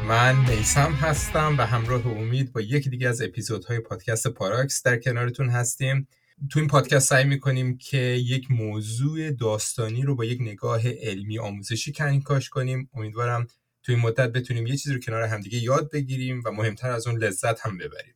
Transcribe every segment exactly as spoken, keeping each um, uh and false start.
من میثم هستم و همراه امید با یکی دیگه از اپیزودهای پادکست پاراکس در کنارتون هستیم. تو این پادکست سعی میکنیم که یک موضوع داستانی رو با یک نگاه علمی آموزشی کنکاش کنیم. امیدوارم تو این مدت بتونیم یه چیزی رو کنار همدیگه یاد بگیریم و مهمتر از اون لذت هم ببریم.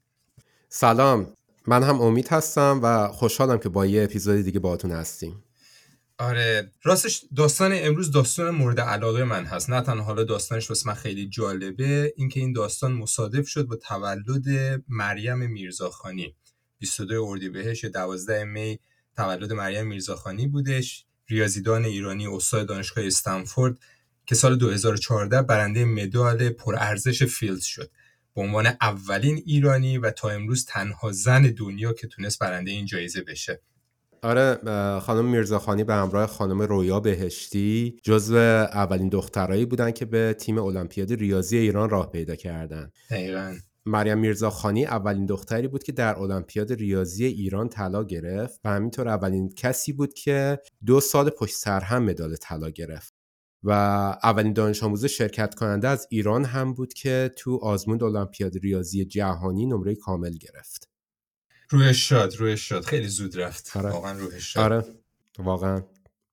سلام، من هم امید هستم و خوشحالم که با یه اپیزود دیگه باهاتون هستیم. آره، راستش داستان امروز داستان مورد علاقه من هست. نه تنها حالا داستانش واسه من خیلی جالبه، اینکه این داستان مصادف شد با تولد مریم میرزاخانی. بیست و دو اردیبهشت یا دوازده می تولد مریم میرزاخانی بودش، ریاضیدان ایرانی، استاد دانشگاه استنفورد که سال دو هزار و چهارده برنده مدال پرارزش فیلدز شد به عنوان اولین ایرانی و تا امروز تنها زن دنیا که تونست برنده این جایزه بشه. آره، خانم میرزاخانی به همراه خانم رویا بهشتی جزو اولین دخترایی بودن که به تیم المپیاد ریاضی ایران راه پیدا کردن. دقیقاً. مریم میرزاخانی اولین دختری بود که در المپیاد ریاضی ایران طلا گرفت و همینطور اولین کسی بود که دو سال پشت سر هم مدال طلا گرفت و اولین دانش آموز شرکت کننده از ایران هم بود که تو آزمون المپیاد ریاضی جهانی نمره کامل گرفت. روحش شاد، روحش شاد، خیلی زود رفت. آره. واقعا روحش شاد. آره واقعا.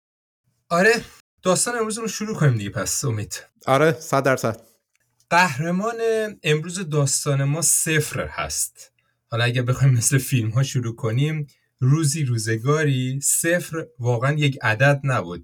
آره، داستان امروز رو شروع کنیم دیگه. پس امید، آره صد درصد. قهرمان امروز داستان ما صفر هست. حالا اگه بخوایم مثل فیلم ها شروع کنیم، روزی روزگاری صفر واقعا یک عدد نبود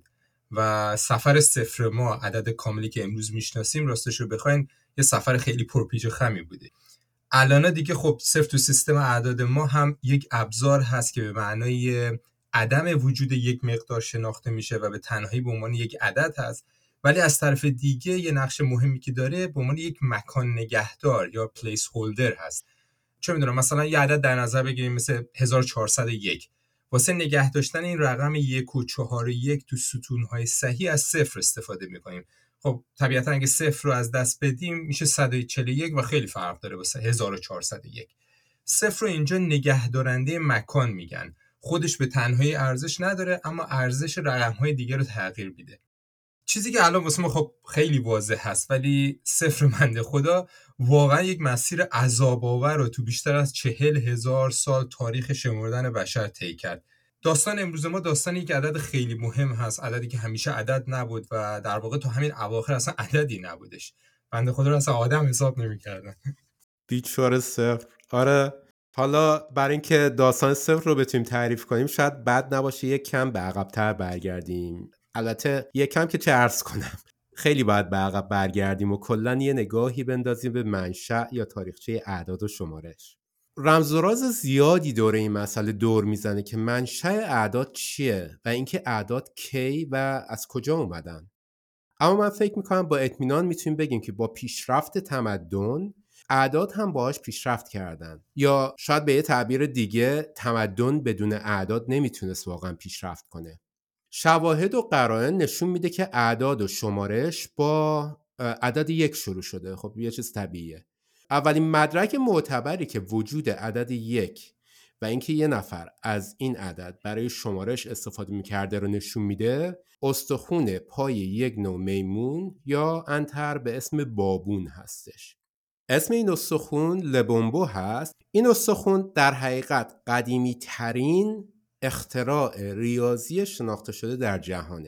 و سفر صفر ما، عدد کاملی که امروز میشناسیم، راستش رو بخواین یه سفر خیلی پرپیچ و خمی بوده. الان دیگه خب صفر تو سیستم اعداد ما هم یک ابزار هست که به معنای عدم وجود یک مقدار شناخته میشه و به تنهایی به عنوان یک عدد هست، ولی از طرف دیگه یه نقش مهمی که داره به عنوان یک مکان نگهدار یا پلیس هولدر هست. چه میدونم، مثلا یه عدد در نظر بگیریم مثل هزار و چهارصد و یک. واسه نگه داشتن این رقم یک و چهار و یک تو ستونهای صحیح از صفر استفاده میکنیم. خب طبیعتا اگه صفر رو از دست بدیم میشه صد و چهل و یک و خیلی فرق داره واسه هزار و چهارصد و یک. صفر رو اینجا نگهدارنده مکان میگن. خودش به تنهایی ارزش نداره، اما ارزش رقم‌های دیگه رو تغییر میده. چیزی که الان واسه ما خب خیلی واضح هست، ولی صفر منده خدا واقعا یک مسیر عذاب‌آور رو تو بیشتر از چهل هزار سال تاریخ شمردن بشر طی کرد. داستان امروز ما داستان یک عدد خیلی مهم هست، عددی که همیشه عدد نبود و در واقع تو همین اواخر اصلا عددی نبودش. بنده خدا رو اصلا آدم حساب نمی‌کردن. بیچاره صفر. آره، حالا برای اینکه داستان صفر رو بتونیم تعریف کنیم شاید بد نباشه یک کم به عقب‌تر برگردیم. البته یک کم که چه عرض کنم، خیلی باید به عقب برگردیم و کلاً یه نگاهی بندازیم به منشأ یا تاریخچه اعداد و شمارش. رمز و راز زیادی دور این مسئله دور میزنه که منشأ اعداد چیه و اینکه اعداد کی و از کجا اومدن. اما من فکر میکنم با اطمینان میتونیم بگیم که با پیشرفت تمدن اعداد هم باهاش پیشرفت کردن، یا شاید به یه تعبیر دیگه تمدن بدون اعداد نمیتونست واقعا پیشرفت کنه. شواهد و قرائن نشون میده که اعداد و شمارش با عدد یک شروع شده. خب یه چیز طبیعیه. اولین مدرک معتبری که وجود عدد یک و اینکه یه نفر از این عدد برای شمارش استفاده میکرده رو نشون میده استخوان پای یک نوع میمون یا انتر به اسم بابون هستش. اسم این استخوان لبومبو هست. این استخوان در حقیقت قدیمی ترین اختراع ریاضی شناخته شده در جهانه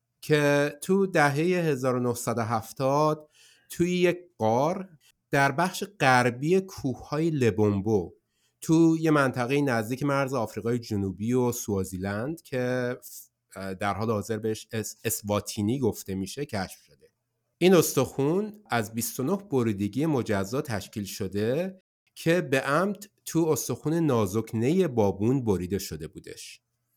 که تو دهه هزار و نهصد و هفتاد توی یک غار در بخش غربی کوههای لبومبو تو یه منطقه نزدیک مرز آفریقای جنوبی و سوازیلند که در حال حاضر بهش اس اسواتینی گفته میشه کشف شده. این استخوان از بیست و نه بریدگی مجزا تشکیل شده که به عمد تو استخوان نازکنه بابون بریده شده بودش.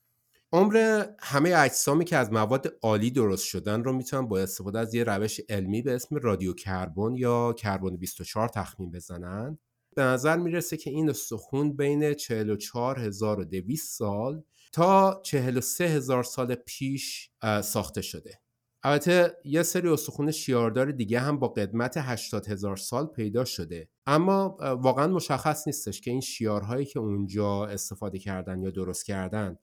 عمر همه اجسامی که از مواد عالی درست شدن رو میتونن با استفاده از یه روش علمی به اسم رادیو کربن یا کربن بیست و چهار تخمین بزنن. به نظر میرسه که این استخوان بین چهل و چهار هزار و دویست سال تا چهل و سه هزار سال پیش ساخته شده. البته یه سری استخوان شیاردار دیگه هم با قدمت هشتاد هزار سال پیدا شده، اما واقعا مشخص نیستش که این شیارهایی که اونجا استفاده کردن یا درست کردن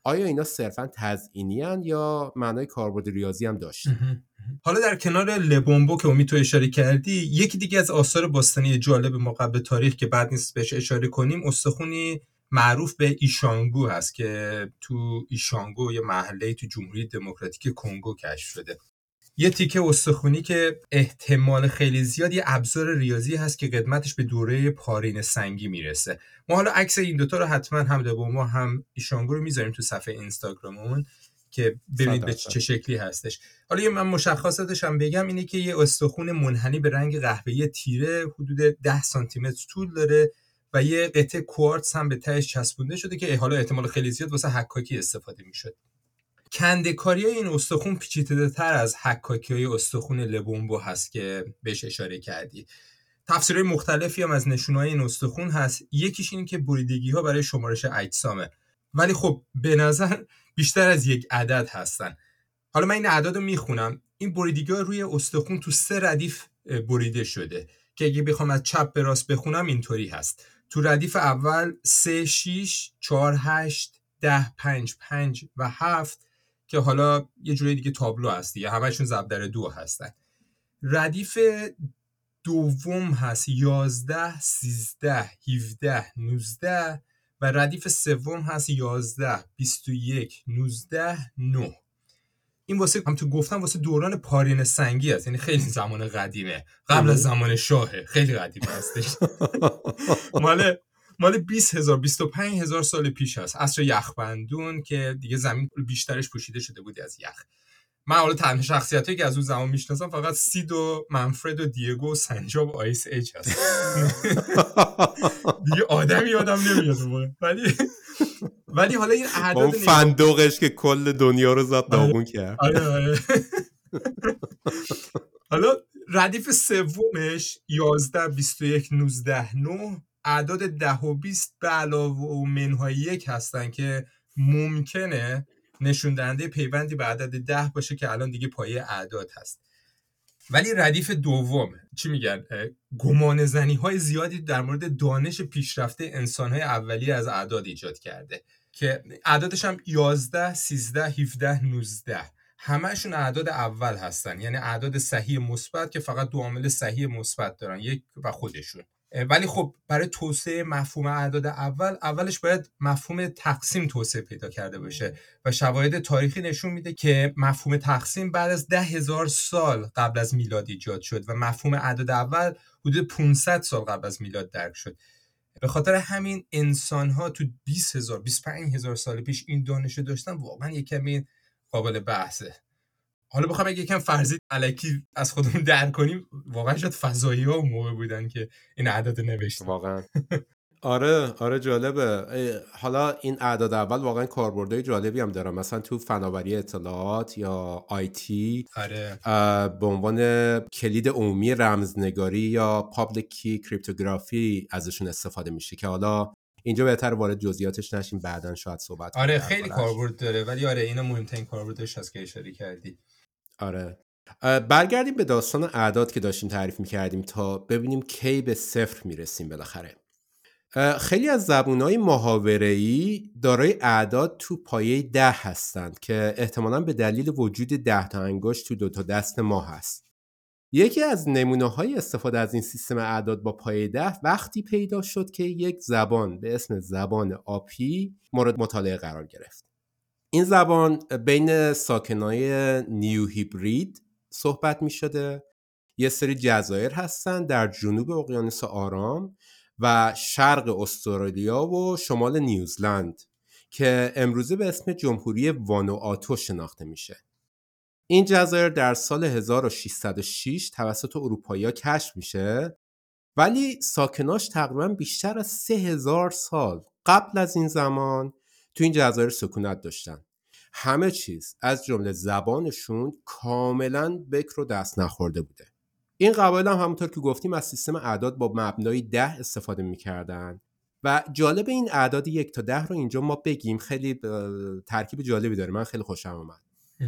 آیا اینا صرفا تزیینی هن یا معنای کاربرد ریاضی هم داشتن؟ حالا در کنار لبومبو که امید تو اشاره کردی، یکی دیگه از آثار باستانی جالب ما قبل تاریخ که بعد نیست بهش اشاره کنیم، استخونی معروف به ایشانگو هست که تو ایشانگو یه محله تو جمهوری دموکراتیک کنگو کشف شده. یه تیکه استخونی که احتمال خیلی زیاد یه ابزار ریاضی هست که قدمتش به دوره پارین سنگی میرسه. ما حالا عکس این دوتا رو حتما هم لبومبو هم ایشانگو رو میذاریم تو صفحه اینستاگراممون که ببینید به چه شکلی هستش. حالا یه من مشخصاتش هم بگم اینه که یه استخون منحنی به رنگ قهوه‌ای تیره حدود ده سانتی متر طول داره و یه قطعه کوارتز هم به تهش چسبونده شده که حالا احتمال خیلی زیاد واسه حکاکی استفاده میشد. کنده‌کاری‌های این استخون پیچیده‌تر از حکاکی‌های استخون لبومبو هست که بهش اشاره کردی. تفسیرهای مختلفی هم از نشونه‌های این استخون هست. یکیش این که بریدگی‌ها برای شمارش اجسامه، ولی خب به نظر بیشتر از یک عدد هستن. حالا من این اعداد رو میخونم. این بریدگی‌ها روی استخون تو سه ردیف بریده شده که اگه بخوام از چپ به راست بخونم اینطوری هست. تو ردیف اول سه، شش، چهار، هشت، ده، پنج، پنج و هفت که حالا یه جوری دیگه تابلو هست دیگه، همشون ضرب در دو هستن. ردیف دوم هست یازده، سیزده، هفده، نوزده و ردیف سوم هست یازده، بیست و یک، نوزده، نه. این واسه هم تو گفتم واسه دوران پارین سنگی هست، یعنی خیلی زمان قدیمه، قبل از زمان شاهه، خیلی قدیم هستش. مال مال بیست هزار بیست و پنج هزار سال پیش هست، عصر یخبندون که دیگه زمین بیشترش پوشیده شده بود از یخ. من حالا تنها شخصیتایی که از اون زمان میشناسم فقط سید و منفرد و دیگو و سنجاب آیس ایج هست. دیگه آدمی یادم نمیاد ولی ولی حالا این اعداد اون فندقش که کل دنیا رو زد داغون کرد. آره آره. حالا ردیف سومش یازده، بیست و یک، نوزده، نه، اعداد ده و بیست به علاوه و منهای یک هستن که ممکنه نشون دهنده پیوندی به عدد ده باشه که الان دیگه پایه اعداد هست. ولی ردیف دوم چی میگن؟ گمان زنی های زیادی در مورد دانش پیشرفته انسان های اولیه از اعداد ایجاد کرده که اعدادش هم یازده، سیزده، هفده، نوزده همه‌شون اعداد اول هستن، یعنی اعداد صحیح مثبت که فقط دو عامل صحیح مثبت دارن، یک و خودشون. ولی خب برای توسعه مفهوم اعداد اول اولش باید مفهوم تقسیم توسعه پیدا کرده باشه و شواهد تاریخی نشون میده که مفهوم تقسیم بعد از ده هزار سال قبل از میلاد ایجاد شد و مفهوم اعداد اول حدود پانصد سال قبل از میلاد درک شد. به خاطر همین انسان‌ها تو بیست هزار بیست و پنج هزار سال پیش این دانش داشتن، واقعا یک کمی قابل بحثه. حالا بخوام اگه یکم فرضی الکی از خودمون درک کنیم، واقعا شاید فضایی‌ها اون موقع بودن که این اعداد نوشتن. واقعا آره آره جالبه. حالا این اعداد اول واقعا کاربردهای جالبی هم داره، مثلا تو فناوری اطلاعات یا آیتی آره. به عنوان کلید عمومی رمزنگاری یا پابلیک کی کریپتوگرافی ازشون استفاده میشه که حالا اینجا بهتر وارد جزئیاتش نشیم، بعداً شاید صحبت کنیم. آره خیلی کاربرد داره، ولی آره اینا مهمترین کاربردش هست که اشاره کردی. آره برگردیم به داستان اعداد که داشتیم تعریف میکردیم تا ببینیم کی به صفر میرسیم بالاخره. خیلی از زبونهای محاوره‌ای دارای اعداد تو پایه ده هستند که احتمالاً به دلیل وجود ده تا انگشت تو دو تا دست ما هست. یکی از نمونه‌های استفاده از این سیستم اعداد با پایه ده وقتی پیدا شد که یک زبان به اسم زبان آپی مورد مطالعه قرار گرفت. این زبان بین ساکنای نیو هیبرید صحبت می شده. یه سری جزایر هستن در جنوب اقیانوس آرام و شرق استرالیا و شمال نیوزلند که امروزه به اسم جمهوری وانوآتو شناخته میشه. این جزایر در سال هزار و ششصد و شش توسط اروپایی‌ها کشف میشه، ولی ساکناش تقریبا بیشتر از سه هزار سال قبل از این زمان تو این جزایر سکونت داشتن. همه چیز از جمله زبانشون کاملا بکر و دست نخورده بوده. این قبایل هم همونطور که گفتیم از سیستم اعداد با مبنای ده استفاده میکردن و جالب این اعداد یک تا ده رو اینجا ما بگیم، خیلی ترکیب جالبی داره، من خیلی خوشم اومد.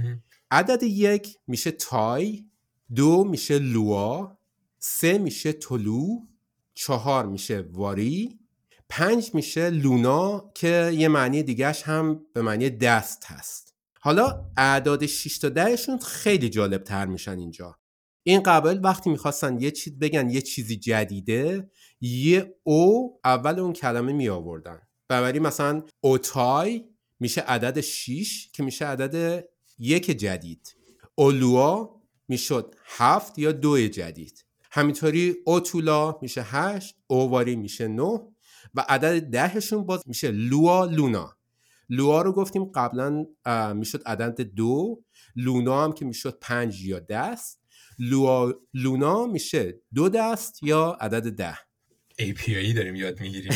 عدد یک میشه تای، دو میشه لوا، سه میشه تلو، چهار میشه واری، پنج میشه لونا که یه معنی دیگهش هم به معنی دست هست. حالا اعداد شش تا دهشون خیلی جالب تر میشن اینجا. این قبل وقتی میخواستن یه چیز بگن یه چیزی جدیده، یه او اول اون کلمه می آوردن. بنابراین مثلا اوتای میشه عدد شش که میشه عدد یک جدید. اولوا میشد هفت یا دو جدید. همینطوری اوتولا میشه هشت، اوواری میشه نه و عدد دهشون باز میشه لوا لونا. لوا رو گفتیم قبلا میشد عدد دو، لونا هم که میشد پنج یا دست، لوا لونا میشه دو دست یا عدد ده. ای پی آی داریم یاد میگیریم.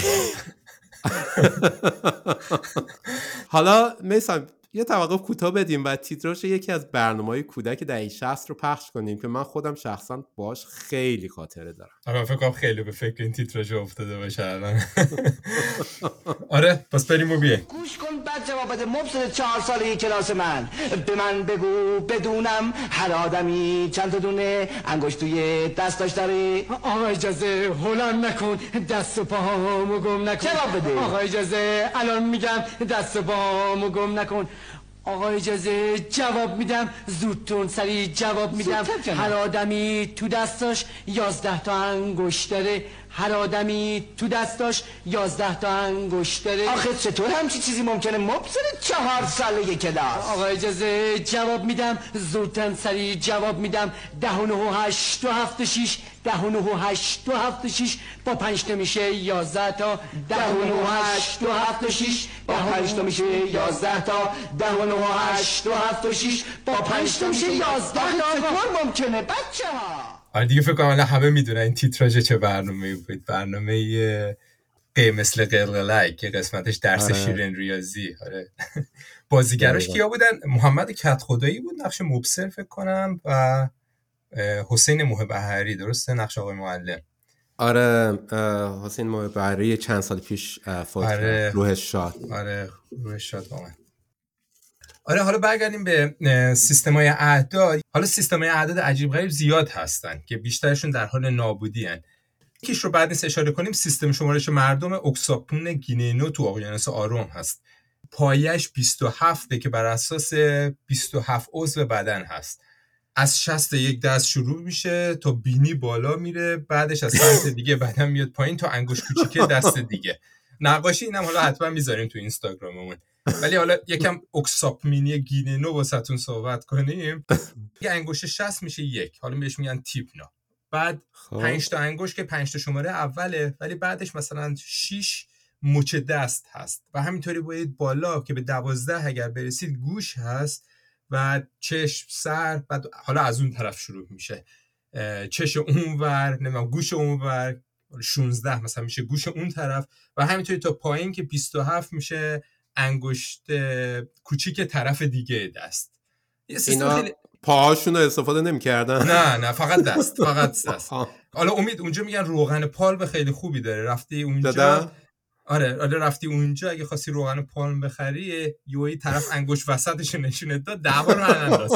حالا مثلا یه توقف کوتاه بدیم و تیتراژ یکی از برنامه‌های کودک دهه شصت رو پخش کنیم که من خودم شخصا باش خیلی خاطره دارم. آره فکر کنم خیلی به فکر این تیتراژ افتاده باشه الان. آره پس بریم و بیایم. گوش کن بعد جواب بده. مبصر چهار ساله کلاس من، به من بگو بدونم هر آدمی چند تا دونه انگشت توی دستاش داره؟ آقا اجازه هلند نکن، دست و پاهامو گم نکن. جواب بده. آقا اجازه الان میگم، دست و پاهامو گم نکن. آقا اجازه جواب میدم، زودتون سریع جواب میدم. هر آدمی تو دستاش یازده تا انگشت داره. هر آدمی تو دستاش یازده تا انگشت داره. آخه چطور همچی چیزی ممکنه؟ مبصر چهار ساله کلاس. آقا اجازه جواب میدم، زودتن سریع جواب میدم. ده و نه و هشت و هفت و شیش، ده و نه و هشت و هفت و شیش با پنج تا میشه یازده تا. ده و نه و هشت و هفت و شیش با پنج تا میشه یازده تا. ده و نه و هشت و هفت و شیش با پنج تا میشه یازده تا. چطور ممکنه بچه ها؟ آره دیگه فکر کنم الان همه میدونن این تیتراژ چه برنامه‌ای بود. برنامه قی مثل قلقلک که قسمتش درس آره. شیرین ریاضی. آره بازیگراش کیا بودن؟ محمد کدخدایی بود نقش مبصر فکر کنم و حسین موهبهری، درسته نقش آقای معلم. آره حسین موهبهری چند سال پیش فوت کرد. آره. روحش شاد. آره روحش شاد آمد. آره حالا برگردیم به سیستم‌های اعداد. حالا سیستم‌های اعداد عجیب غریب زیاد هستن که بیشترشون در حال نابودی هستن. یکیش رو بعد نیست اشاره کنیم، سیستم شمارش مردم اکساپون گینه تو اقیانوس آرام هست. پایش بیست و هفت که بر اساس بیست و هفت عضو بدن هست. از شست یک دست شروع میشه تا بینی بالا میره، بعدش از سمت دیگه بدن میاد پایین تا انگشت کوچیکه دست دیگه. نقاشی اینم حالا حتما میذاریم تو اینستاگراممون. ولی حالا یکم اکساپمینی گینه واسهتون صحبت کنیم. یه انگشت شست میشه یک، حالا بهش میگن تیپنا. بعد پنج تا انگشت که پنج تا شماره اوله، ولی بعدش مثلا شش مچ دست هست و همینطوری باید بالا که به دوازده اگر برسید گوش هست و چشم، سر، بعد حالا از اون طرف شروع میشه چش اونور، نمیدونم گوش اونور، شانزده مثلا میشه گوش اون طرف و همینطوری تا پایین که بیست و هفت میشه انگشت کوچیک طرف دیگه دست. اینا خیلی... پاهاشون رو استفاده نمی‌کردن؟ نه نه فقط دست، فقط دست. حالا امید اونجا میگن روغن پالم خیلی خوبی داره، رفتی اونجا دادا؟ آره آره رفتی اونجا اگه خواستی روغن پالم بخری یوی طرف انگشت وسطش نشونه داد دعوا رو انداز.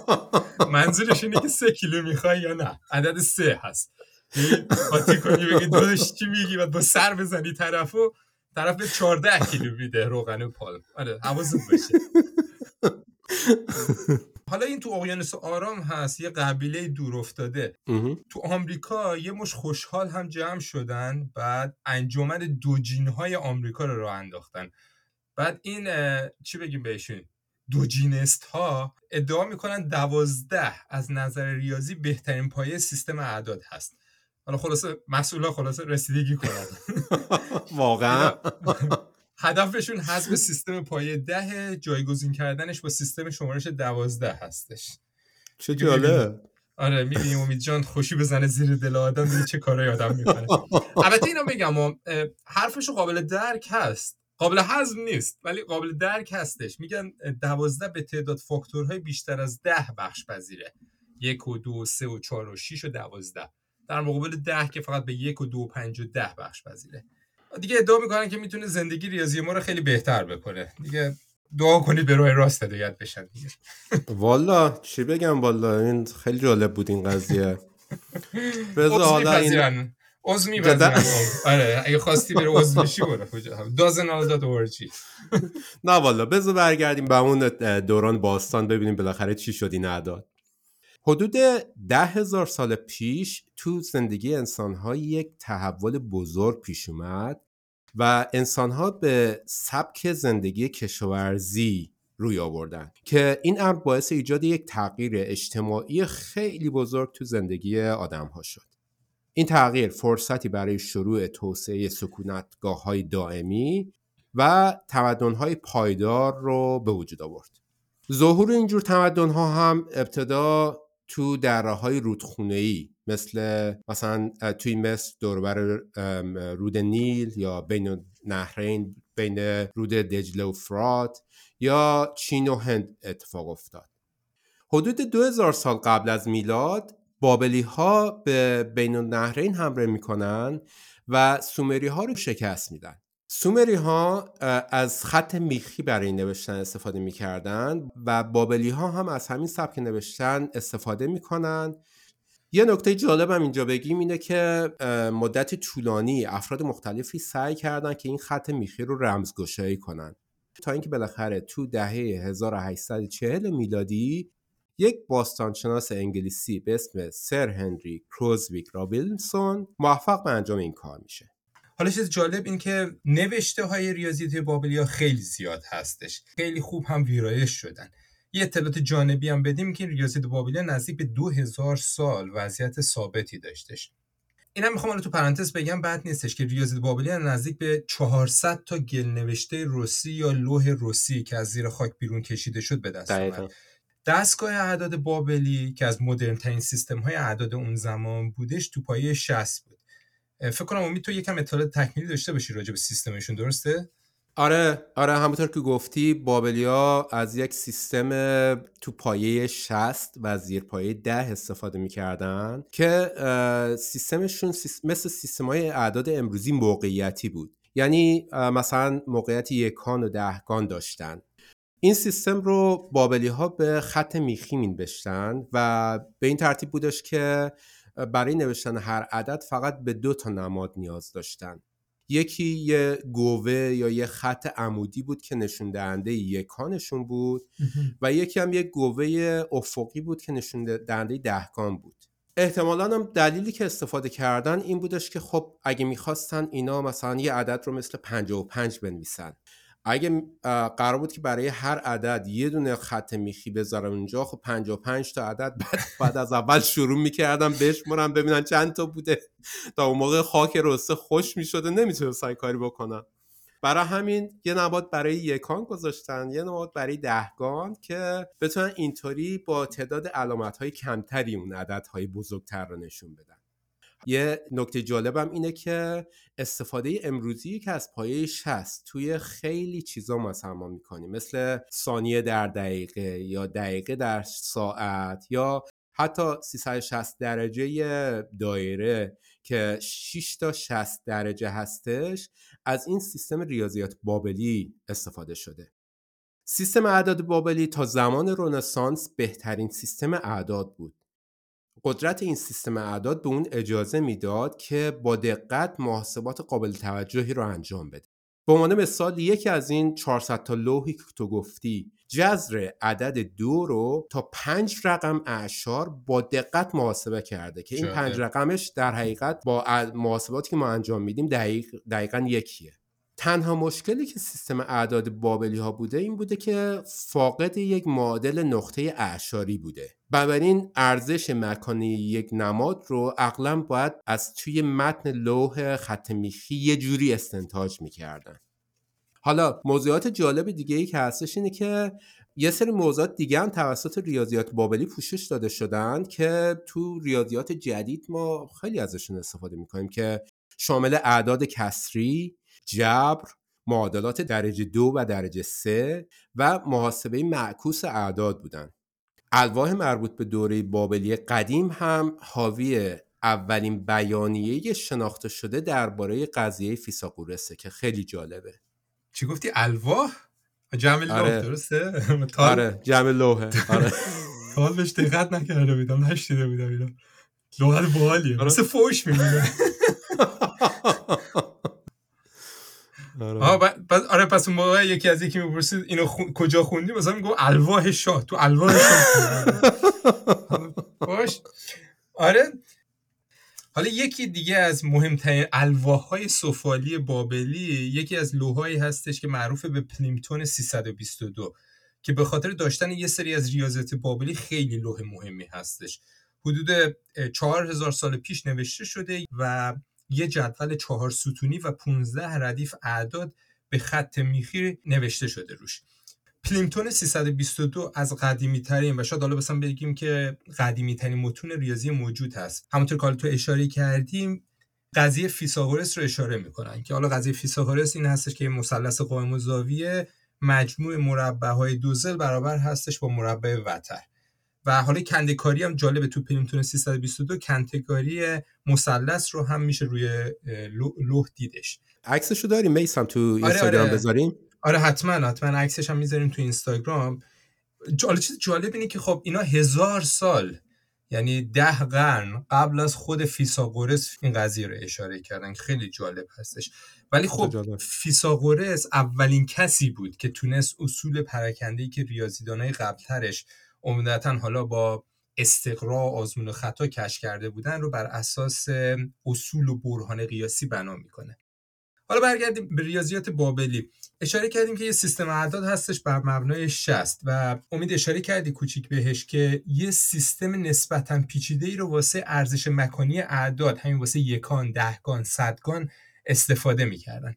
منظورش اینه که سه کیلو میخوای یا نه، عدد سه هست. قاطی کنی بگی داداش چی میگی و با سر بزنی طرفو، طرف به چهارده کیلو میده روغن پالم. آره حواست باشه. حالا این تو اقیانوس آرام هست، یه قبیله دور افتاده. تو آمریکا یه مش خوشحال هم جمع شدن، بعد انجمن دوجینهای آمریکا رو راه انداختن. بعد این چی بگیم بهشون، دوجینست ها ادعا میکنن دوازده از نظر ریاضی بهترین پایه سیستم اعداد هست. حالا خلاصه مسئولا خلاصه رسیدگی کنن. واقعا هدفشون حذف سیستم پایه ده، جایگزین کردنش با سیستم شمارش دوازده هستش. چه جالب. آره میبینیم امید جان خوشی بزنه زیر دل آدم، دیگه چه کارایی آدم میکنه. البته اینو بگم حرفشو قابل درک هست، قابل هضم نیست ولی قابل درک هستش. میگن دوازده به تعداد فاکتورهای بیشتر از ده بخش پذیره، یک و دو و سه و چهار و شیش و دوازده، در مقابل ده که فقط به یک و دو و پنج و ده بخش پذیره. دیگه ادعا میکنن که میتونه زندگی ریاضی ما رو خیلی بهتر بکنه. دیگه دعا کنید به راه راست هدایت بشن دیگه. والا چی بگم، والا این خیلی جالب بود این قضیه. بذار حالا این عضو می‌پذیرم. آره اگه خواستی بری عضو بشی برو کجا دازنال دات اورجی. نه والا بذار برگردیم به اون دوران باستان ببینیم بالاخره چی شد این اعداد. حدود ده هزار سال پیش تو زندگی انسان‌ها یک تحول بزرگ پیش اومد و انسان‌ها به سبک زندگی کشاورزی روی آوردن که این امر باعث ایجاد یک تغییر اجتماعی خیلی بزرگ تو زندگی آدم‌ها شد. این تغییر فرصتی برای شروع توسعه سکونتگاه‌های دائمی و تمدن‌های پایدار رو به وجود آورد. ظهور اینجور تمدن‌ها هم ابتدا تو دره‌های رودخونه‌ای مثل مثلا توی مصر دوربر رود نیل یا بین نهرین بین رود دجله و فرات یا چین و هند اتفاق افتاد. حدود دو هزار سال قبل از میلاد بابلی ها به بین النهرین حمله میکنن و سومری ها رو شکست میدن. سومری ها از خط میخی برای نوشتن استفاده میکردن و بابلی ها هم از همین سبک نوشتن استفاده میکنن. یه نکته جالب هم اینجا بگیم اینه که مدت طولانی افراد مختلفی سعی کردن که این خط میخی رو رمزگشایی کنن تا اینکه بالاخره تو دهه هزار و هشتصد و چهل میلادی یک باستانشناس انگلیسی به اسم سر هنری کروزویک رابینسون موفق به انجام این کار میشه. حالا چیز جالب این که نوشته های ریاضیاتی بابلیا خیلی زیاد هستش، خیلی خوب هم ویرایش شدن. یه اطلاعات جانبی هم بدیم که ریاضیات بابلیا نزدیک به دو هزار سال وضعیت ثابتی داشتش. اینا میخوام الان تو پرانتز بگم بعد نیستش که ریاضیات بابلیا نزدیک به چهارصد تا گل نوشته روسی یا لوح روسی که از زیر خاک بیرون کشیده شد به دست اومد. دستگاه اعداد بابلی که از مدرن ترین سیستم های اعداد اون زمان بودش تو پایه شصت بود. فکر کنم امید تو یکم اطلاعات تکمیلی داشته باشی راجع به سیستمشون، درسته؟ آره آره همونطور که گفتی بابلیا از یک سیستم تو پایه شصت و زیر پایه ده استفاده می‌کردن که سیستمشون سیستم مثل سیستم‌های اعداد امروزی موقعیتی بود. یعنی مثلا موقعیت یکان و دهگان داشتن. این سیستم رو بابلی ها به خط میخی مینوشتن و به این ترتیب بودش که برای نوشتن هر عدد فقط به دو تا نماد نیاز داشتن. یکی یه گوه یا یه خط عمودی بود که نشون دهنده یکانشون بود و یکی هم یه گوه افقی بود که نشون دهنده دهگان بود. احتمالاً هم دلیلی که استفاده کردن این بودش که خب اگه میخواستن اینا مثلا یه عدد رو مثل پنجاه و پنج بنویسن، اگه قرار بود که برای هر عدد یه دونه خط میخی بذارم اونجا، خب پنجاه و پنج تا عدد بعد, بعد از اول شروع میکردم بشمارم ببینن چند تا بوده تا اون موقع خاک رسته خوش میشده نمیتونستن کاری بکنن. برای همین یه نماد برای یکان گذاشتن، یه نماد برای دهگان که بتونن اینطوری با تعداد علامت‌های کمتری اون عددهای بزرگتر رو نشون بدن. یه نکته جالبم اینه که استفاده امروزی که از پایه شصت توی خیلی چیزا مثلا ما میکنیم، مثل ثانیه در دقیقه یا دقیقه در ساعت یا حتی سیصد و شصت درجه دایره که شش تا شصت درجه هستش، از این سیستم ریاضیات بابلی استفاده شده. سیستم اعداد بابلی تا زمان رنسانس بهترین سیستم اعداد بود. قدرت این سیستم اعداد به اون اجازه میداد که با دقت محاسبات قابل توجهی رو انجام بده. به عنوان مثال یکی از این چهارصد تا لوحی که تو گفتی جذر عدد دو رو تا پنج رقم اعشار با دقت محاسبه کرده که این شده. پنج رقمش در حقیقت با محاسباتی که ما انجام میدیم دقیق دقیقاً یکیه. تنها مشکلی که سیستم اعداد بابلی ها بوده این بوده که فاقد یک معادل نقطه اعشاری بوده. بنابراین ارزش مکانی یک نماد رو عقلاً باید از توی متن لوح خط میخی یه جوری استنتاج میکردن. حالا موضوعات جالب دیگه ای که هستش اینه که یه سری موضوعات دیگه هم توسط ریاضیات بابلی پوشش داده شدن که تو ریاضیات جدید ما خیلی ازشون استفاده میکنیم که شامل اعداد کسری، جبر، معادلات درجه دو و درجه سه و محاسبه معکوس اعداد بودن. الواح مربوط به دوره بابلی قدیم هم حاوی اولین بیانیه شناخته شده درباره قضیه فیثاغورسه که خیلی جالبه. چی گفتی الواح؟ جمع لوح آره. درسته؟ آره جمع لوحه. آره حال بهش دقت نکرده بودم، نشیده بودم اینا. لغت باحالیه، مثل فوش میمونه. آها بعد آره پس اون موقع یکی از یکی میپرسید اینو خون... کجا خوندی، مثلا میگم الواح شاه، تو الواح شاه. باش. آره حالا یکی دیگه از مهمترین الواح‌های سفالی بابلی یکی از لوحایی هستش که معروف به پلیمتون سیصد و بیست و دو که به خاطر داشتن یه سری از ریاضیات بابلی خیلی لوح مهمی هستش. حدود چهار هزار سال پیش نوشته شده و یه جدول چهار ستونی و پانزده ردیف اعداد به خط میخی نوشته شده روش. پلیمتون سیصد و بیست و دو از قدیمی ترین و شاید حالا بسیم بگیم که قدیمی ترین متون ریاضی موجود هست. همونطور که تو اشاره کردیم قضیه فیثاغورس رو اشاره میکنن که حالا قضیه فیثاغورس این هستش که مثلث قائم الزاویه مجموع مربع‌های دوزل برابر هستش با مربع وتر. و حالا کنده‌کاری هم جالبه تو پلیمتون سیصد و بیست و دو کنده‌کاری مثلث رو هم میشه روی لوح دیدش. عکسشو داریم میسم تو اینستاگرام؟ آره آره. بذاریم؟ آره حتما حتما عکسش هم میذاریم تو اینستاگرام. جالب چیز جالب اینه که خب اینا هزار سال یعنی ده قرن قبل از خود فیثاغورس این قضیه رو اشاره کردن. خیلی جالب هستش. ولی خب فیثاغورس اولین کسی بود که تونست اصول پراکنده‌ای که ریاضیدانای قبلترش عمدتاً حالا با استقرا آزمون و خطا کشف کرده بودن رو بر اساس اصول و برهان قیاسی بنا میکنه. حالا برگردیم به ریاضیات بابلی. اشاره کردیم که یه سیستم اعداد هستش بر مبنای شصت و امید اشاره کردی کوچیک بهش که یه سیستم نسبتاً پیچیده‌ای رو واسه ارزش مکانی اعداد، همین واسه یکان، دهگان، صدگان استفاده میکردن.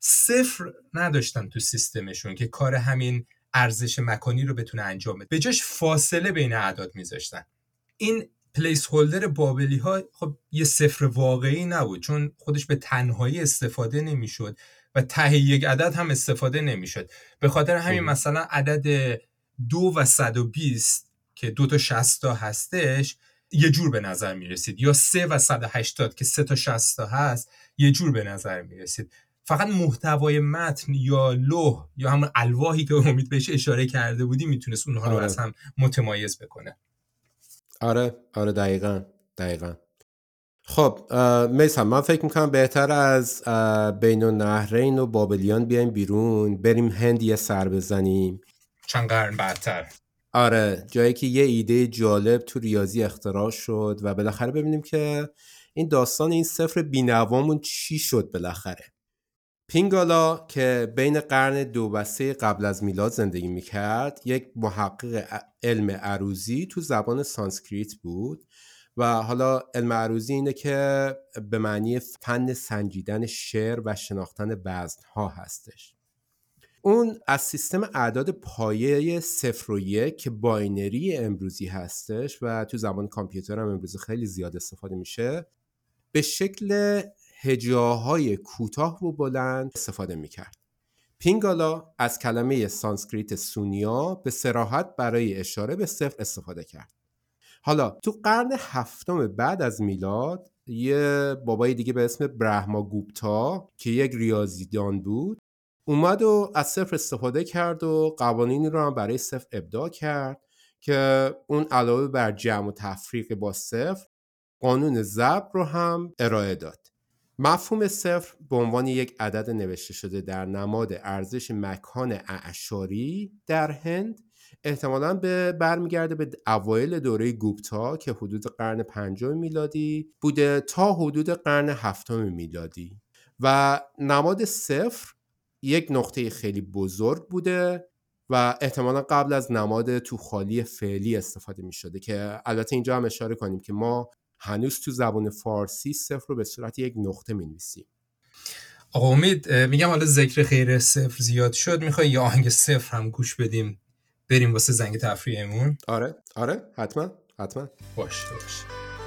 صفر نداشتن تو سیستمشون که کار همین ارزش مکانی رو بتونه انجام بده. به جاش فاصله بین اعداد میذاشتن. این پلیس هولدر بابلی ها خب یه صفر واقعی نبود چون خودش به تنهایی استفاده نمیشد و ته یک عدد هم استفاده نمیشد. به خاطر همین مثلا عدد دو و صد و بیست که دو تا شصتا هستش یه جور به نظر میرسید، یا سه و صد و هشتاد که سه تا شصتا هست یه جور به نظر میرسید. فقط محتوای متن یا لوح یا همون الواحی که امید بهش اشاره کرده بودی میتونست اونها رو آره. از هم متمایز بکنه. آره آره دقیقاً دقیقاً. خب میسم من فکر میکنم بهتر از بین النهرین و بابلیان بیایم بیرون، بریم هند یه سر بزنیم. چند قرن بعدتر. آره جایی که یه ایده جالب تو ریاضی اختراع شد و بالاخره ببینیم که این داستان این صفر بی‌نوامون چی شد بالاخره. پینگالا که بین قرن دو و سه قبل از میلاد زندگی میکرد یک محقق علم عروضی تو زبان سانسکریت بود و حالا علم عروضی اینه که به معنی فن سنجیدن شعر و شناختن وزن‌ها هستش. اون از سیستم اعداد پایه صفر و یک که باینری امروزی هستش و تو زبان کامپیوتر هم امروزی خیلی زیاد استفاده میشه به شکل هجاهای کوتاه و بلند استفاده میکرد. پینگالا از کلمه سانسکریت سونیا به صراحت برای اشاره به صفر استفاده کرد. حالا تو قرن هفتم بعد از میلاد یه بابای دیگه به اسم برهماگوپتا که یک ریاضیدان بود اومد و از صفر استفاده کرد و قوانینی رو هم برای صفر ابداع کرد که اون علاوه بر جمع و تفریق با صفر قانون ضرب رو هم ارائه داد. مفهوم صفر به عنوان یک عدد نوشته شده در نماد ارزش مکان اعشاری در هند احتمالاً به برمیگرده به اوایل دوره گوپتا که حدود قرن پنجم میلادی بوده تا حدود قرن هفتم میلادی و نماد صفر یک نقطه خیلی بزرگ بوده و احتمالاً قبل از نماد توخالی فعلی استفاده می شده که البته اینجا هم اشاره کنیم که ما هنوز تو زبان فارسی صفر رو به صورت یک نقطه می نویسیم. آقا امید میگم حالا ذکر خیر صفر زیاد شد، میخوای یه آهنگ صفر هم گوش بدیم بریم واسه زنگ تفریحمون؟ آره آره حتما حتما باشه باشه.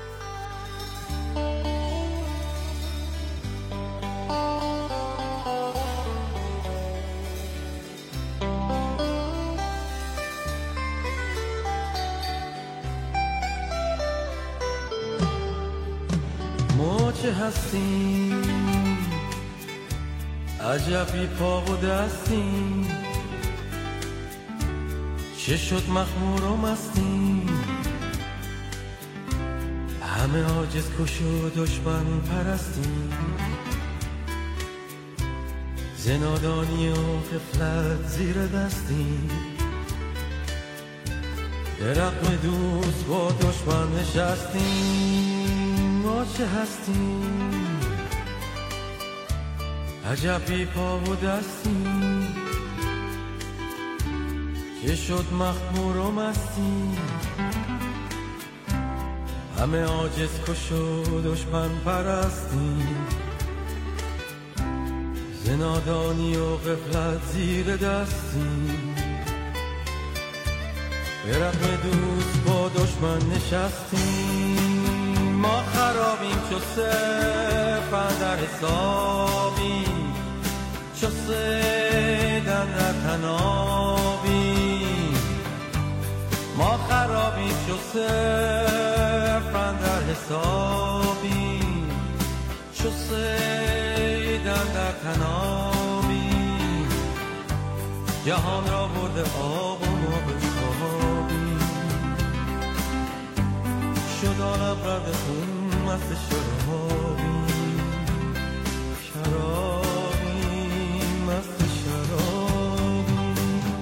ما چه هستیم عجب بی پا و دستیم، چه شد مخمور و مستیم همه عاجز کش و دشمن پرستیم، زنادانی و غفلت زیر دستیم، به رغم دوست با دشمن نشستیم. ما چه هستیم عجب بی پا و دستیم، که شد مخمور و مستیم، همه عاجز کش و دشمن پرستیم، زنادانی و غفلت زیر دستیم، به رغم دوست با دشمن نشستیم. ما خرابیم چو صفر در حسابیم، چو سیدن در تنابیم. ما خرابیم چو صفر در حسابیم، چو سیدن در تنابیم. جهان را برده آب و ما به خوابیم، شد عالم رد خون مست شرابیم، شرابیم مست شرابیم.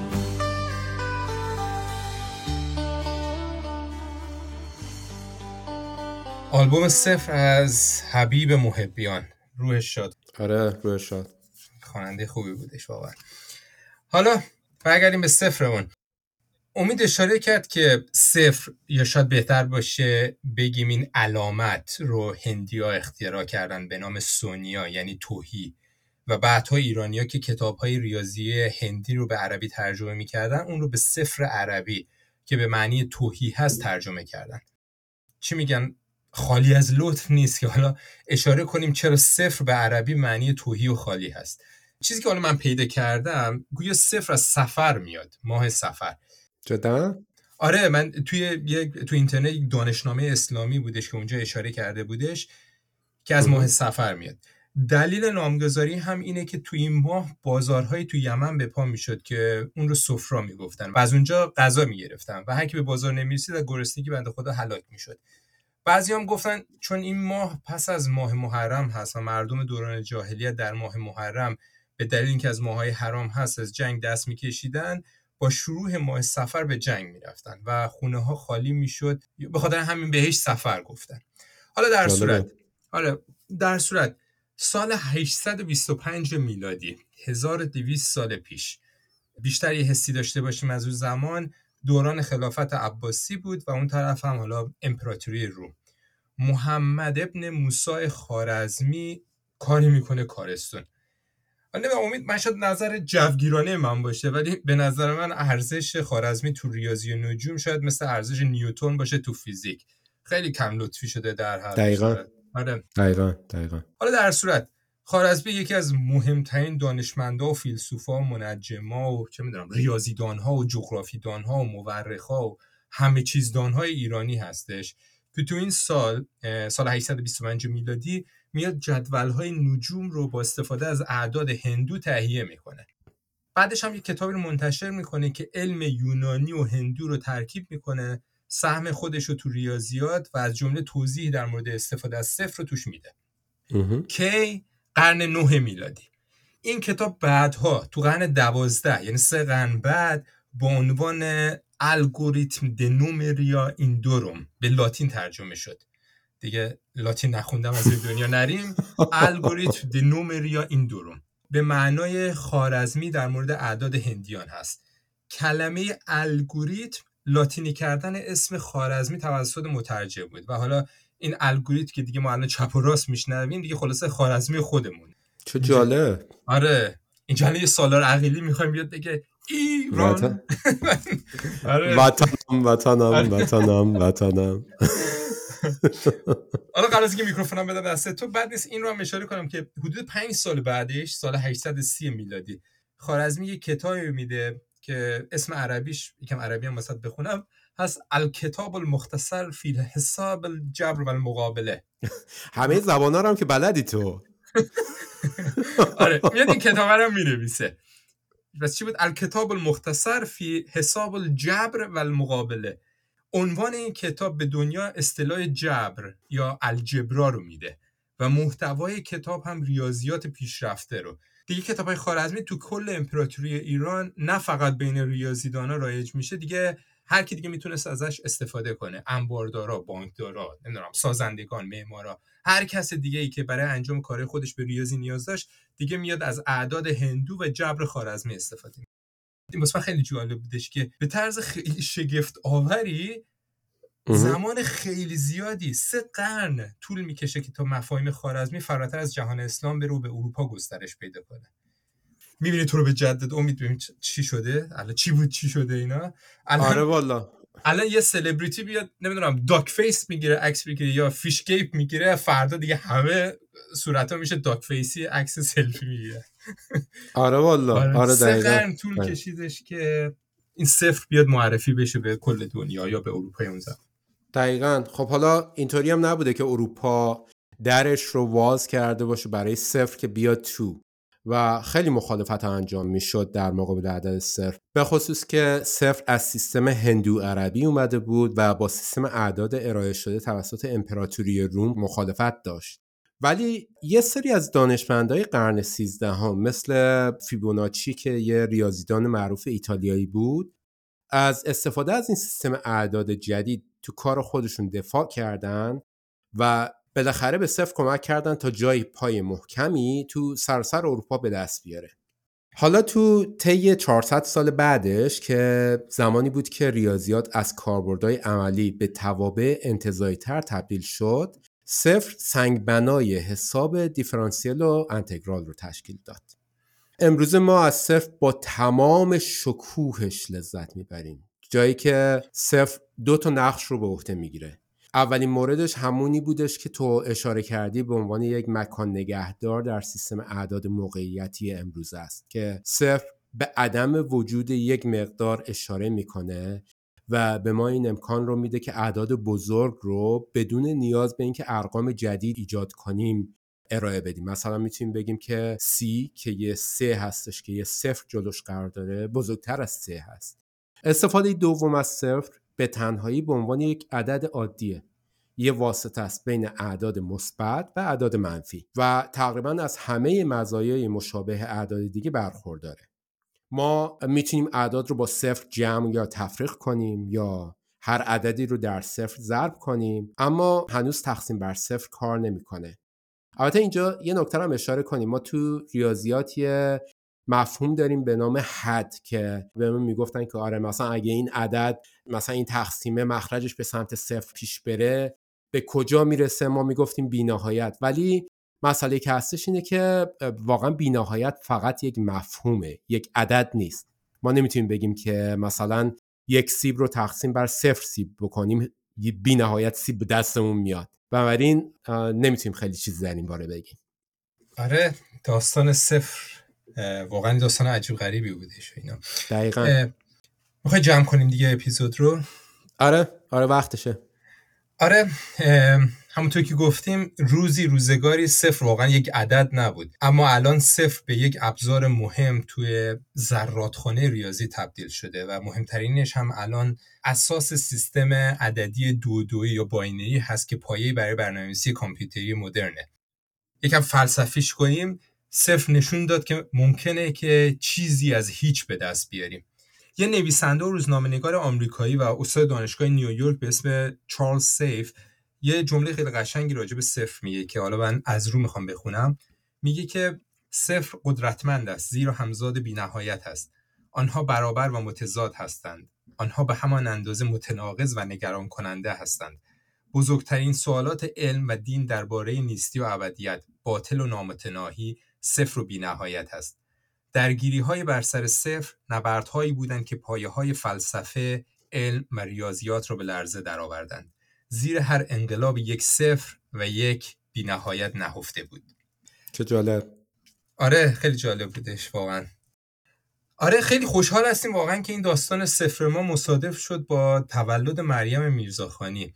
آلبوم صفر از حبیب محبیان، روحش شاد. آره روحش شاد، خواننده خوبی بودش واقعا. حالا برگردیم به صفرمون. امید اشاره کرد که صفر، یا شاید بهتر باشه بگیم این علامت رو هندی‌ها اختراع کردن به نام سونیا، یعنی توهی، و بعدها ایرانی‌ها که کتاب‌های ریاضی هندی رو به عربی ترجمه می‌کردن اون رو به صفر عربی که به معنی توهی هست ترجمه کردن. چی میگن؟ خالی از لطف نیست که حالا اشاره کنیم چرا صفر به عربی معنی توهی و خالی هست. چیزی که حالا من پیدا کردم گویا صفر از صفر میاد، ماه صفر. جدا؟ آره، من توی یک تو اینترنت یک دانشنامه اسلامی بودش که اونجا اشاره کرده بودش که از ماه صفر میاد. دلیل نامگذاری هم اینه که توی این ماه بازارهای توی یمن به پا میشد که اون رو سفرا میگفتن و از اونجا غذا میگرفتن و هر کی به بازار نمیرسید از گرسنگی بنده خدا هلاک میشد. بعضی هم گفتن چون این ماه پس از ماه محرم هست و مردم دوران جاهلیت در ماه محرم به دلیل اینکه از ماهای حرام هست از جنگ دست میکشیدن، با شروع ماه صفر به جنگ میرفتن و خونه ها خالی میشد، به خاطر همین بهش صفر گفتن. حالا در صورت حالا در صورت سال هشتصد و بیست و پنج میلادی، هزار و دویست سال پیش، بیشتر یه حسی داشته باشیم از اون زمان، دوران خلافت عباسی بود و اون طرف هم حالا امپراتوری روم. محمد ابن موسی خوارزمی کاری میکنه کارستون. حالا امید من شاید نظر جوگیرانه من باشه، ولی به نظر من ارزش خوارزمی تو ریاضی و نجوم شاید مثل ارزش نیوتن باشه تو فیزیک. خیلی کم لطفی شده در هر دقیقاً. آره دقیقاً دقیقاً. حالا در صورت خوارزمی یکی از مهمترین دانشمندا و فیلسوفا و منجما و چه میدونم ریاضیدان‌ها و جغرافیدان‌ها و مورخ‌ها و همه چیز دان‌های ایرانی هستش که تو این سال سال هشتصد و بیست و پنج میلادی میاد جدول‌های نجوم رو با استفاده از اعداد هندو تهیه میکنه. بعدش هم یک کتابی رو منتشر میکنه که علم یونانی و هندو رو ترکیب میکنه، سهم خودش رو تو ریاضیات و از جمله توضیح در مورد استفاده از صفر رو توش میده. کی؟ قرن نه میلادی. این کتاب بعدها تو قرن دوازده، یعنی سه قرن بعد، با عنوان الگوریتم د نومریا ایندوروم به لاتین ترجمه شد. دیگه لاتین نخوندم از این دنیا نریم. الگوریتم د نومریا ایندوروم به معنای خوارزمی در مورد اعداد هندیان هست. کلمه الگوریتم لاتینی کردن اسم خوارزمی توسط مترجم بود و حالا این الگوریتم که دیگه ما الان چپ و راست میشنویم دیگه خلاصه خوارزمی خودمون. چه جالب. آره اینجا یه سالار عقیلی میخوایم بیاد بگه ایران آره وطنم وطنم وطنم وطنم. حالا قرار است که میکروفونم بدم دست تو. بعد نیست این رو هم اشاره کنم که حدود پنج سال بعدش، سال هشتصد و سی میلادی، خوارزمی یک کتابی میده که اسم عربیش یکم عربی هم واسط بخونم هست، الکتاب المختصر فی حساب الجبر و المقابله. همه زبانا رو هم که بلدی تو. آره میاد این کتاب رو مینویسه. بس چی بود؟ الکتاب المختصر فی حساب الجبر و المقابله. عنوان این کتاب به دنیا اصطلاح جبر یا الجبرا رو میده و محتوای کتاب هم ریاضیات پیشرفته رو. دیگه کتابای خوارزمی تو کل امپراتوری ایران نه فقط بین ریاضیدانا رایج میشه، دیگه هر کی دیگه میتونست ازش استفاده کنه، انباردارا، بانکدارا، نمیدونم سازندگان، معمارا، هر کس دیگه ای که برای انجام کار خودش به ریاضی نیاز داشت دیگه میاد از اعداد هندو و جبر خوارزمی استفاده میکنه. این واسه من خیلی جالب بودش که به طرز خیلی شگفت آوری زمان خیلی زیادی، سه قرن طول میکشه که تا مفاهیم خوارزمی فراتر از جهان اسلام بره و به اروپا گسترش پیدا کنه. میبینی تو رو به جدد امید ببین چی شده؟ الان چی بود چی شده اینا؟ آره والا الان یه سلبریتی بیاد نمیدونم داک فیس میگیره عکس میگیره یا فیش گیپ میگیره، فردا دیگه همه صورت‌ها میشه داک فیسی، عکس سلفی میگیره. آره والا آره, آره سه دقیقاً قرن طول کشیدش که این صفر بیاد معرفی بشه به کل دنیا یا به اروپا اون زمان. دقیقاً. خب حالا اینطوری هم نبوده که اروپا درش رو واز کرده باشه برای صفر که بیاد تو و خیلی مخالفت انجام میشد در مقابل عدد صفر، به خصوص که صفر از سیستم هندو عربی اومده بود و با سیستم اعداد ارائه شده توسط امپراتوری روم مخالفت داشت. ولی یه سری از دانشمندای قرن سیزدهم مثل فیبوناچی که یه ریاضیدان معروف ایتالیایی بود، از استفاده از این سیستم اعداد جدید تو کار خودشون دفاع کردن و بالاخره به صفر کمک کردن تا جای پای محکمی تو سراسر اروپا به دست بیاره. حالا تو طی چهارصد سال بعدش که زمانی بود که ریاضیات از کاربردهای عملی به توابع انتزاعی تر تبدیل شد، صفر سنگ بنای حساب دیفرانسیل و انتگرال رو تشکیل داد. امروز ما از صفر با تمام شکوهش لذت میبریم، جایی که صفر دو تا نقش رو به عهده میگیره. اولین موردش همونی بودش که تو اشاره کردی به عنوان یک مکان نگهدار در سیستم اعداد موقعیتی امروز است که صفر به عدم وجود یک مقدار اشاره میکنه و به ما این امکان رو میده که اعداد بزرگ رو بدون نیاز به اینکه ارقام جدید ایجاد کنیم ارائه بدیم. مثلا میتونیم بگیم که سی که یه سه هستش که یه صفر جلوش قرار داره بزرگتر از سه هست. استفاده دوم از صفر به تنهایی به عنوان یک عدد عادیه، یه واسطه است بین اعداد مثبت و اعداد منفی و تقریبا از همه مزایای مشابه اعداد دیگه برخورداره. ما میتونیم اعداد رو با صفر جمع یا تفریق کنیم یا هر عددی رو در صفر ضرب کنیم، اما هنوز تقسیم بر صفر کار نمیکنه. البته اینجا یه نکته هم اشاره کنیم، ما تو ریاضیات یه مفهوم داریم به نام حد که بهمون میگفتن که آره مثلا اگه این عدد مثلا این تقسیمه مخرجش به سمت صفر پیش بره به کجا میرسه، ما میگفتیم بی‌نهایت. ولی مسئله که هستش اینه که واقعا بی‌نهایت فقط یک مفهومه، یک عدد نیست. ما نمیتونیم بگیم که مثلا یک سیب رو تقسیم بر صفر سیب بکنیم بی‌نهایت سیب به دستمون میاد، بنابراین نمیتونیم خیلی چیز در این باره بگیم. آره داستان صفر واقعا داستان عجیب غریبی بودش اینا. دقیقاً. میخوای جمع کنیم دیگه اپیزود رو؟ آره آره وقتشه. آره همونطور که گفتیم روزی روزگاری صفر واقعا یک عدد نبود، اما الان صفر به یک ابزار مهم توی ذراتخانه ریاضی تبدیل شده و مهمترینش هم الان اساس سیستم عددی دو دویی یا باینری هست که پایه‌ای برای برنامه‌نویسی کامپیوتری مدرنه. یکم فلسفیش کنیم، صفر نشون داد که ممکنه که چیزی از هیچ به دست بیاریم. یه نویسنده و روزنامه‌نگار آمریکایی و استاد دانشگاه نیویورک به اسم چارلز سیف یه جمله خیلی قشنگی راجع به صفر میگه که حالا من از رو میخوام بخونم. میگه که صفر قدرتمند است زیرا همزاد بی‌نهایت است. آنها برابر و متضاد هستند. آنها به همان اندازه متناقض و نگران کننده هستند. بزرگترین سوالات علم و دین درباره نیستی و ابدیت، باطل و نامتناهی، صفر و بی‌نهایت است. درگیری‌های بر سر صفر نبردهایی بودند که پایه‌های فلسفه، علم و ریاضیات را به لرزه درآوردند. زیر هر انقلاب یک صفر و یک بی‌نهایت نهفته بود. چه جالب. آره خیلی جالب بودش واقعا. آره خیلی خوشحال هستیم واقعا که این داستان صفر ما مصادف شد با تولد مریم میرزاخانی.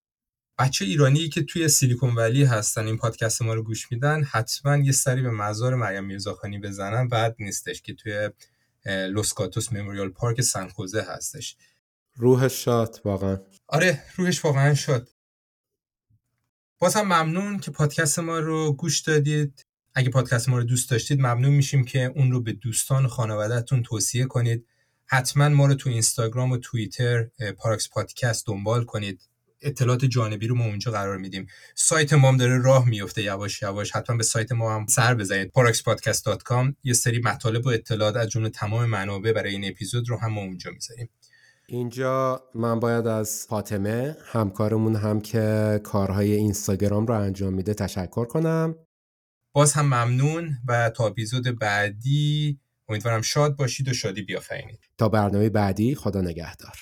بچه ایرانی که توی سیلیکون ولی هستن این پادکست ما رو گوش میدن حتما یه سری به مزار مریم میرزاخانی بزنن، بعد نیستش که توی لوس گاتوس مموریال پارک سن خوزه هستش. روحش شاد واقعا. آره روحش واقعا شاد. باز هم ممنون که پادکست ما رو گوش دادید. اگه پادکست ما رو دوست داشتید ممنون میشیم که اون رو به دوستان و خانواده‌تون توصیه کنید. حتما ما رو تو اینستاگرام و توییتر پاراکس پادکست دنبال کنید. اطلاعات جانبی رو ما اونجا قرار میدیم. سایت ما هم داره راه میفته یواش یواش. حتما به سایت ما هم سر بزنید پاراکس پادکست دات کام. یه سری مطالب و اطلاعات از جمله تمام منابع برای این اپیزود رو هم ما اونجا میذاریم. اینجا من باید از فاطمه همکارمون هم که کارهای اینستاگرام رو انجام میده تشکر کنم. باز هم ممنون و تا اپیزود بعدی امیدوارم شاد باشید و شادی بیافرینید. تا برنامه بعدی خدا نگهدار.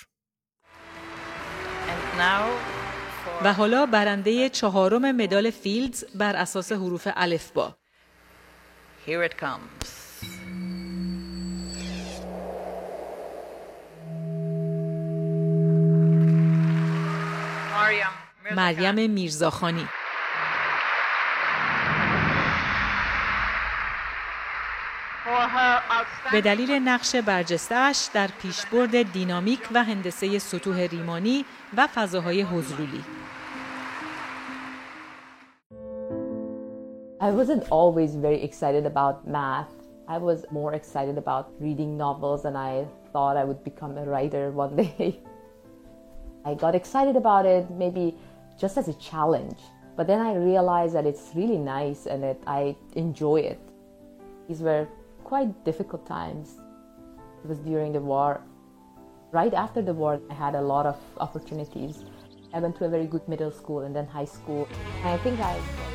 و حالا برنده چهارم مدال فیلدز بر اساس حروف الفبا. Here it comes. مریم میرزاخانی. به دلیل نقش برجسته‌اش در پیشبرد دینامیک و هندسه سطوح ریمانی و فضاهای حضرولی. I wasn't always very excited about math. I was more excited about reading novels, and I thought I would become a writer one day. I got excited about it maybe just as a challenge, but then I realized that it's really nice and that I enjoy it. These were quite difficult times. It was during the war. Right after the war, I had a lot of opportunities. I went to a very good middle school and then high school. And I think I